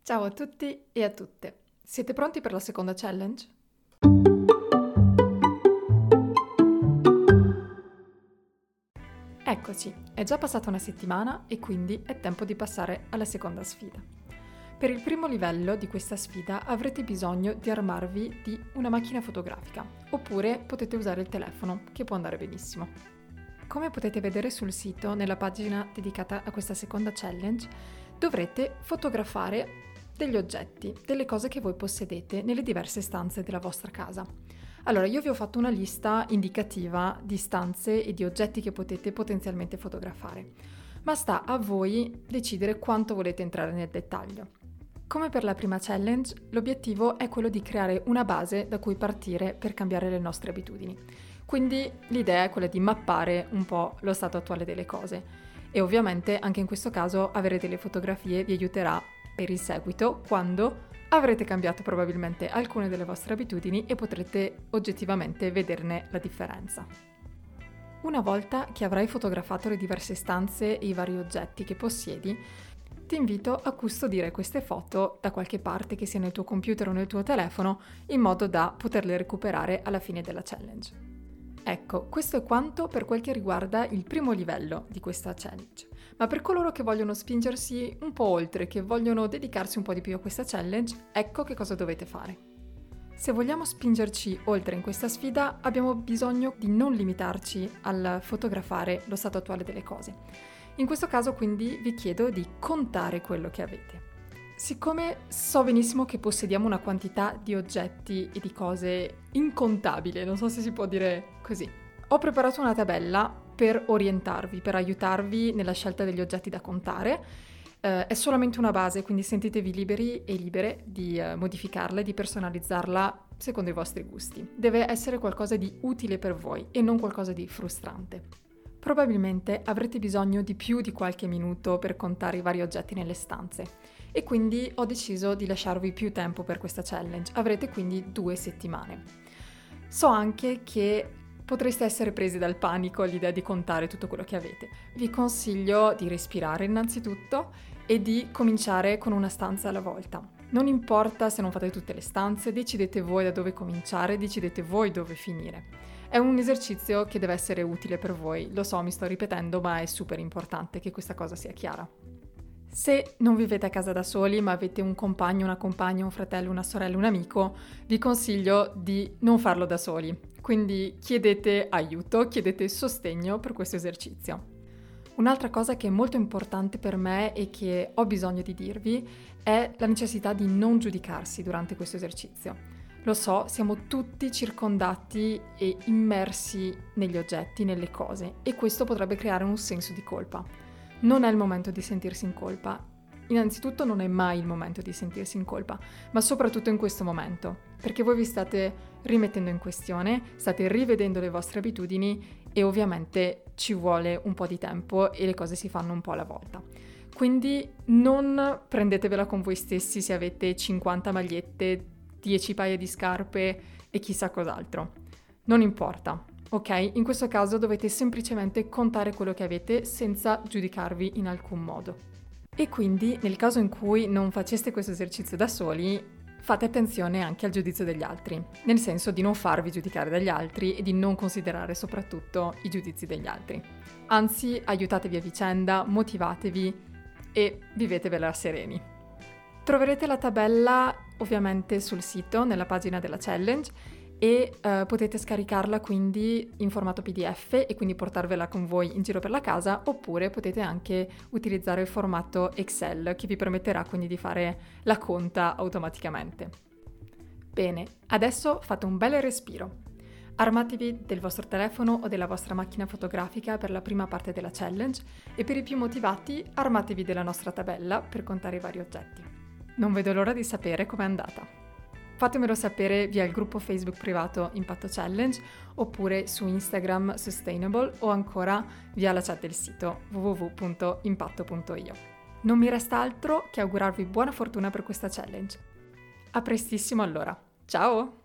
Ciao a tutti e a tutte. Siete pronti per la seconda challenge? Eccoci, è già passata una settimana e quindi è tempo di passare alla seconda sfida. Per il primo livello di questa sfida avrete bisogno di armarvi di una macchina fotografica, oppure potete usare il telefono, che può andare benissimo. Come potete vedere sul sito, nella pagina dedicata a questa seconda challenge, dovrete fotografare degli oggetti, delle cose che voi possedete nelle diverse stanze della vostra casa. Allora, io vi ho fatto una lista indicativa di stanze e di oggetti che potete potenzialmente fotografare, ma sta a voi decidere quanto volete entrare nel dettaglio. Come per la prima challenge, l'obiettivo è quello di creare una base da cui partire per cambiare le nostre abitudini. Quindi l'idea è quella di mappare un po' lo stato attuale delle cose e ovviamente anche in questo caso avere delle fotografie vi aiuterà per il seguito quando avrete cambiato probabilmente alcune delle vostre abitudini e potrete oggettivamente vederne la differenza. Una volta che avrai fotografato le diverse stanze e i vari oggetti che possiedi, ti invito a custodire queste foto da qualche parte, che sia nel tuo computer o nel tuo telefono, in modo da poterle recuperare alla fine della challenge. Ecco, questo è quanto per quel che riguarda il primo livello di questa challenge. Ma per coloro che vogliono spingersi un po' oltre, che vogliono dedicarsi un po' di più a questa challenge, ecco che cosa dovete fare. Se vogliamo spingerci oltre in questa sfida, abbiamo bisogno di non limitarci al fotografare lo stato attuale delle cose. In questo caso quindi vi chiedo di contare quello che avete. Siccome so benissimo che possediamo una quantità di oggetti e di cose incontabile, non so se si può dire così, ho preparato una tabella per orientarvi, per aiutarvi nella scelta degli oggetti da contare. È solamente una base, quindi sentitevi liberi e libere di modificarla e di personalizzarla secondo i vostri gusti. Deve essere qualcosa di utile per voi e non qualcosa di frustrante. Probabilmente avrete bisogno di più di qualche minuto per contare i vari oggetti nelle stanze e quindi ho deciso di lasciarvi più tempo per questa challenge. Avrete quindi 2 settimane. So anche che potreste essere presi dal panico all'idea di contare tutto quello che avete. Vi consiglio di respirare innanzitutto e di cominciare con una stanza alla volta. Non importa se non fate tutte le stanze, decidete voi da dove cominciare, decidete voi dove finire. È un esercizio che deve essere utile per voi, lo so, mi sto ripetendo, ma è super importante che questa cosa sia chiara. Se non vivete a casa da soli, ma avete un compagno, una compagna, un fratello, una sorella, un amico, vi consiglio di non farlo da soli. Quindi chiedete aiuto, chiedete sostegno per questo esercizio. Un'altra cosa che è molto importante per me e che ho bisogno di dirvi è la necessità di non giudicarsi durante questo esercizio. Lo so, siamo tutti circondati e immersi negli oggetti, nelle cose, e questo potrebbe creare un senso di colpa. Non è il momento di sentirsi in colpa. Innanzitutto non è mai il momento di sentirsi in colpa, ma soprattutto in questo momento, perché voi vi state rimettendo in questione, state rivedendo le vostre abitudini e ovviamente ci vuole un po' di tempo e le cose si fanno un po' alla volta. Quindi non prendetevela con voi stessi se avete 50 magliette, 10 paia di scarpe e chissà cos'altro. Non importa, ok? In questo caso dovete semplicemente contare quello che avete senza giudicarvi in alcun modo. E quindi, nel caso in cui non faceste questo esercizio da soli, fate attenzione anche al giudizio degli altri, nel senso di non farvi giudicare dagli altri e di non considerare soprattutto i giudizi degli altri. Anzi, aiutatevi a vicenda, motivatevi e vivetevela sereni. Troverete la tabella ovviamente sul sito, nella pagina della challenge, e potete scaricarla quindi in formato PDF e quindi portarvela con voi in giro per la casa, oppure potete anche utilizzare il formato Excel che vi permetterà quindi di fare la conta automaticamente. Bene, adesso fate un bel respiro. Armatevi del vostro telefono o della vostra macchina fotografica per la prima parte della challenge e per i più motivati armatevi della nostra tabella per contare i vari oggetti. Non vedo l'ora di sapere com'è andata. Fatemelo sapere via il gruppo Facebook privato Impatto Challenge oppure su Instagram Sustainable o ancora via la chat del sito www.impatto.io. Non mi resta altro che augurarvi buona fortuna per questa challenge. A prestissimo allora. Ciao!